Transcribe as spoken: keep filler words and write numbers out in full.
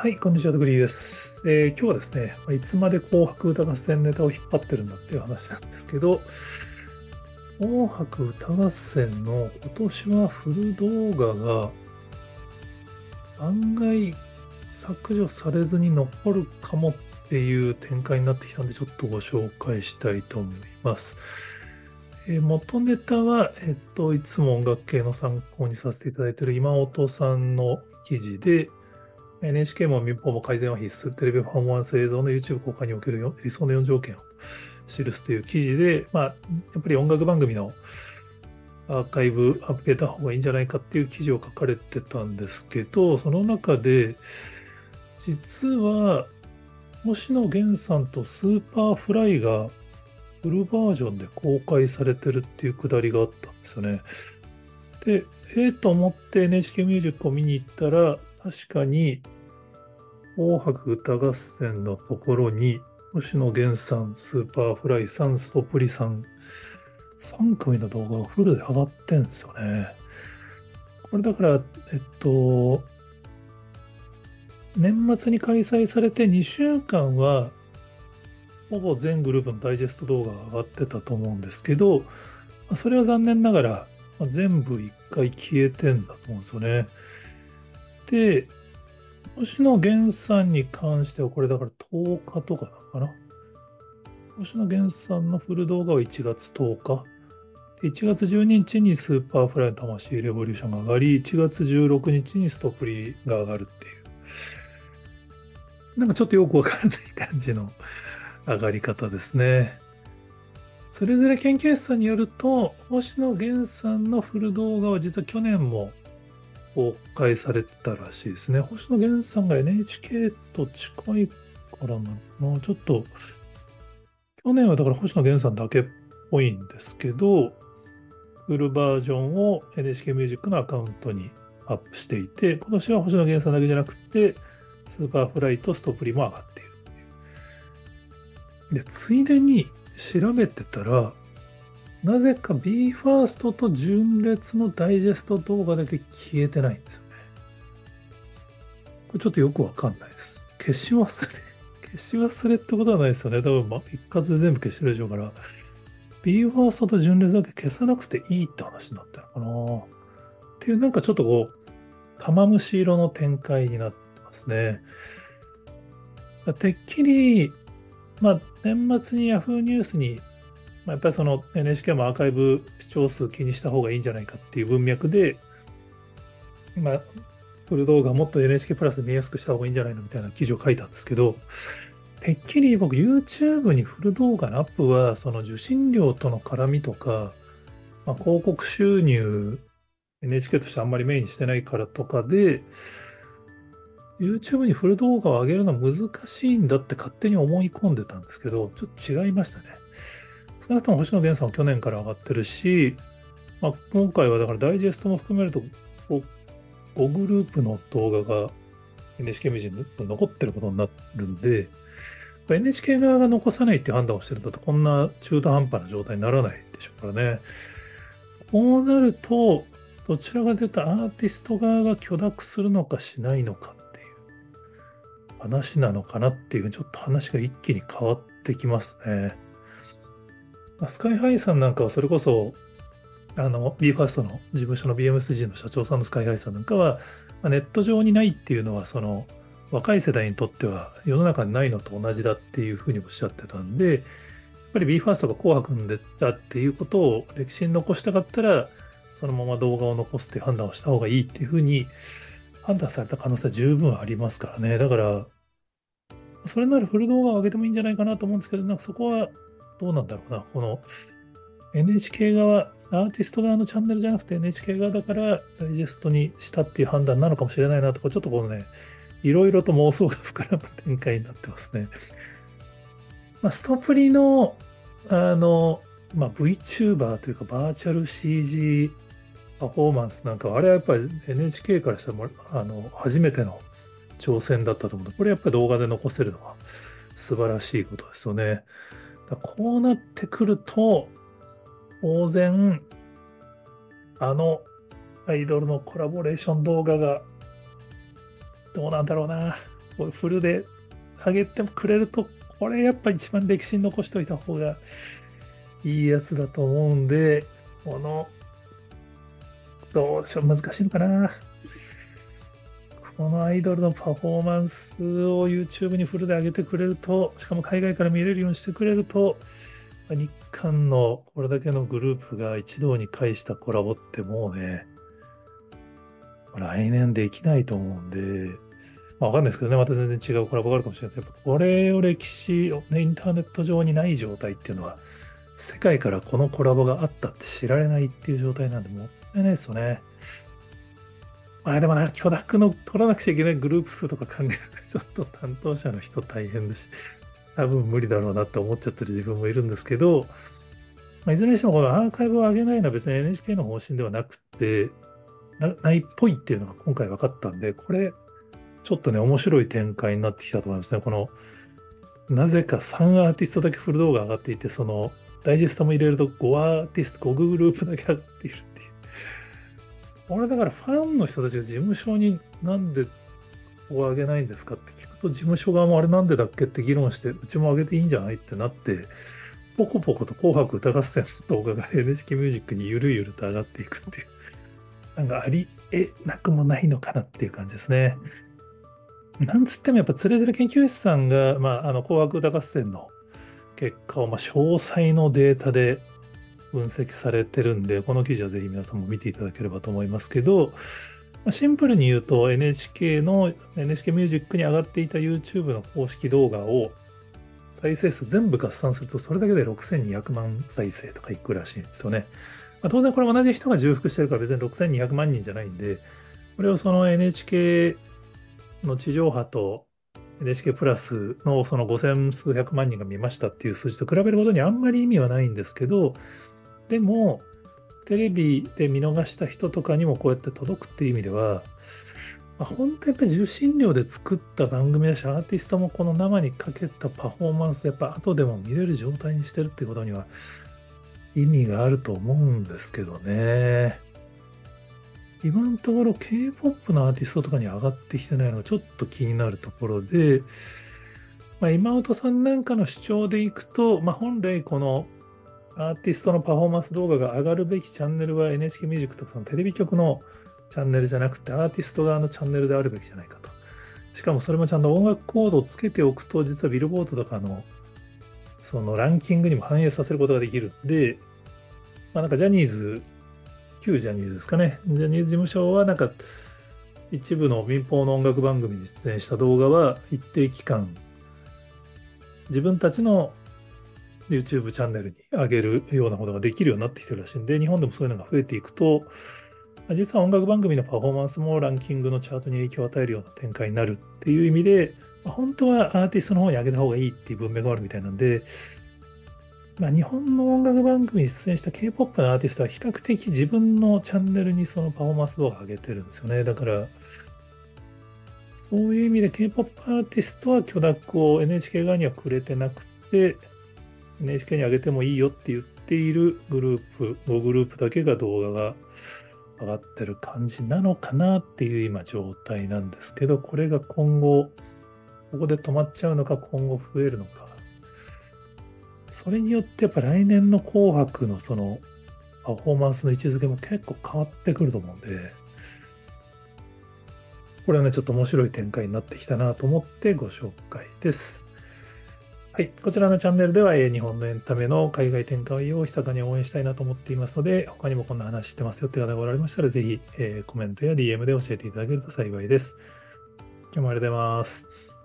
はい、こんにちは、ドグリーです。えー今日はですね、まあいつまで紅白歌合戦ネタを引っ張ってるんだっていう話なんですけど、紅白歌合戦の今年はフル動画が案外削除されずに残るかもっていう展開になってきたんで、ちょっとご紹介したいと思います。えー元ネタは、えっと、いつも音楽系の参考にさせていただいている今音さんの記事で、エヌエイチケー も民放も改善は必須、テレビパフォーマンス映像の YouTube 公開におけるよ理想のよん条件を記すという記事で、まあ、やっぱり音楽番組のアーカイブ上げた方がいいんじゃないかっていう記事を書かれてたんですけど、その中で、実は星野源さんとスーパーフライがフルバージョンで公開されてるっていうくだりがあったんですよね。で、ええと思って エヌエイチケー ミュージックを見に行ったら、確かに紅白歌合戦のところに、星野源さん、スーパーフライさん、ストプリさん、さん組の動画がフルで上がってんですよね。これだから、えっと、年末に開催されてにしゅうかんは、ほぼ全グループのダイジェスト動画が上がってたと思うんですけど、まあそれは残念ながら、まあ全部一回消えてんだと思うんですよね。で、星野源さんに関しては、これだからとおかとかなのかな。星野源さんのフル動画はいちがつとおか。でいちがつじゅうににちにスーパーフライの魂レボリューションが上がり、いちがつじゅうろくにちにストプリが上がるっていう。なんかちょっとよくわからない感じの上がり方ですね。それぞれ研究室さんによると、星野源さんのフル動画は実は去年も公開されてたらしいですね。星野源さんが エヌエイチケー と近いからなのかな。ちょっと、去年はだから星野源さんだけっぽいんですけど、フルバージョンを エヌエイチケー ミュージックのアカウントにアップしていて、今年は星野源さんだけじゃなくて、スーパーフライとストプリも上がっている。で、ついでに調べてたら、なぜか ビーファースト と純烈のダイジェスト動画だけ消えてないんですよね。これちょっとよくわかんないです。消し忘れ。消し忘れってことはないですよね。多分、まあ、一括で全部消してるでしょうから、ビーファースト と純烈だけ消さなくていいって話になってるのかな。っていう、なんかちょっとこう、玉虫色の展開になってますね。てっきり、まあ、年末に Yahoo ニュースに、まあ、やっぱりその エヌエイチケー もアーカイブ視聴数気にした方がいいんじゃないかっていう文脈で、まあ、フル動画もっと エヌエイチケー プラス見やすくした方がいいんじゃないのみたいな記事を書いたんですけど、てっきり僕 YouTube にフル動画のアップは、その受信料との絡みとか、まあ、広告収入、エヌエイチケー としてあんまりメインにしてないからとかで、YouTube にフル動画を上げるのは難しいんだって勝手に思い込んでたんですけど、ちょっと違いましたね。少なくとも星野源さんは去年から上がってるし、まあ、今回はだからダイジェストも含めると、こうごグループの動画が エヌエイチケー ミュージックに残ってることになるんで、エヌエイチケー 側が残さないっていう判断をしてるんだと、こんな中途半端な状態にならないでしょうからね。こうなると、どちらが出たアーティスト側が許諾するのかしないのかっていう話なのかなっていう、ちょっと話が一気に変わってきますね。スカイハイさんなんかはそれこそ、あの、ビーファーストの事務所の ビーエムエスジー の社長さんのスカイハイさんなんかは、まあネット上にないっていうのは、その、若い世代にとっては世の中にないのと同じだっていうふうにおっしゃってたんで、やっぱり ビーファーストが紅白に出たっていうことを歴史に残したかったら、そのまま動画を残すっていう判断をした方がいいっていうふうに判断された可能性は十分ありますからね。だから、それならフル動画を上げてもいいんじゃないかなと思うんですけど、なんかそこはどうなんだろうな。この エヌエイチケー 側、アーティスト側のチャンネルじゃなくて エヌエイチケー 側だからダイジェストにしたっていう判断なのかもしれないなとか、ちょっとこのね、いろいろと妄想が膨らむ展開になってますね。まあ、ストプリの、あの、まあ、VTuber というかバーチャル シージー パフォーマンスなんかは、あれはやっぱり エヌエイチケー からしたらもうあの初めての挑戦だったと思うので、これやっぱり動画で残せるのは素晴らしいことですよね。だからこうなってくると、当然、あのアイドルのコラボレーション動画がどうなんだろうな。 こうフルで上げてくれると、これやっぱ一番歴史に残しておいた方がいいやつだと思うんで、この、どうでしょう、難しいのかな。このアイドルのパフォーマンスを YouTube にフルで上げてくれると、しかも海外から見れるようにしてくれると、日韓のこれだけのグループが一堂に会したコラボってもうね、来年できないと思うんで、まあ、わかんないですけどね、また全然違うコラボがあるかもしれないけど、これを歴史、ね、インターネット上にない状態っていうのは、世界からこのコラボがあったって知られないっていう状態なんで、もったいないですよね。まあでもな、許諾の取らなくちゃいけないグループ数とか考えると、ちょっと担当者の人大変だし、多分無理だろうなって思っちゃってる自分もいるんですけど、まあ、いずれにしてもこのアーカイブを上げないのは別に エヌエイチケー の方針ではなくて、なないっぽいっていうのが今回分かったんで、これ、ちょっとね、面白い展開になってきたと思いますね。この、なぜかさんアーティストだけフル動画上がっていて、その、ダイジェストも入れるとごアーティスト、ごグループだけ上がっているっていう。俺だからファンの人たちが事務所になんでここを上げないんですかって聞くと、事務所側もあれなんでだっけって議論して、うちも上げていいんじゃないってなって、ポコポコと紅白歌合戦の動画が エヌエイチケー ミュージックにゆるゆると上がっていくっていう、なんかありえなくもないのかなっていう感じですね。なんつってもやっぱつれづれ研究室さんが、まあ、あの紅白歌合戦の結果をまあ詳細のデータで分析されてるんで、この記事はぜひ皆さんも見ていただければと思いますけど、まあ、シンプルに言うと エヌエイチケー の エヌエイチケー ミュージックに上がっていた YouTube の公式動画を再生数全部合算すると、それだけでろくせんにひゃくまん再生とかいくらしいんですよね。まあ、当然これ同じ人が重複してるから別にろくせんにひゃくまんにんじゃないんで、これをその エヌエイチケー の地上波と エヌエイチケー プラスのそのごせん数百万人が見ましたっていう数字と比べることにあんまり意味はないんですけど、でも、テレビで見逃した人とかにもこうやって届くっていう意味では、まあ、本当やっぱり受信料で作った番組だし、アーティストもこの生にかけたパフォーマンス、やっぱ後でも見れる状態にしてるっていうことには意味があると思うんですけどね。今のところ K-ポップ のアーティストとかに上がってきてないのがちょっと気になるところで、まあ、今音さんなんかの主張でいくと、まあ、本来このアーティストのパフォーマンス動画が上がるべきチャンネルは エヌエイチケー ミュージックとかそのテレビ局のチャンネルじゃなくてアーティスト側のチャンネルであるべきじゃないかと。しかもそれもちゃんと音楽コードをつけておくと、実はビルボードとかのそのランキングにも反映させることができるんで、まあ、なんかジャニーズ、旧ジャニーズですかね。ジャニーズ事務所はなんか一部の民放の音楽番組に出演した動画は一定期間自分たちの YouTube チャンネルに上げるようなことができるようになってきてるらしいんで、日本でもそういうのが増えていくと、実は音楽番組のパフォーマンスもランキングのチャートに影響を与えるような展開になるっていう意味で、本当はアーティストの方に上げた方がいいっていう文明があるみたいなんで、まあ、日本の音楽番組に出演した K-ポップ のアーティストは比較的自分のチャンネルにそのパフォーマンス動画を上げてるんですよね。だから、そういう意味で K-ポップ アーティストは許諾を エヌエイチケー 側にはくれてなくて、エヌエイチケー に上げてもいいよって言っているグループ、ごグループだけが動画が上がってる感じなのかなっていう今状態なんですけど、これが今後、ここで止まっちゃうのか、今後増えるのか。それによってやっぱ来年の紅白のそのパフォーマンスの位置づけも結構変わってくると思うんで、これはね、ちょっと面白い展開になってきたなと思ってご紹介です。はい。こちらのチャンネルでは、えー日本のエンタメの海外展開を密かに応援したいなと思っていますので、他にもこんな話してますよって方がおられましたら、ぜひ、えーコメントや ディーエム で教えていただけると幸いです。今日もありがとうございます。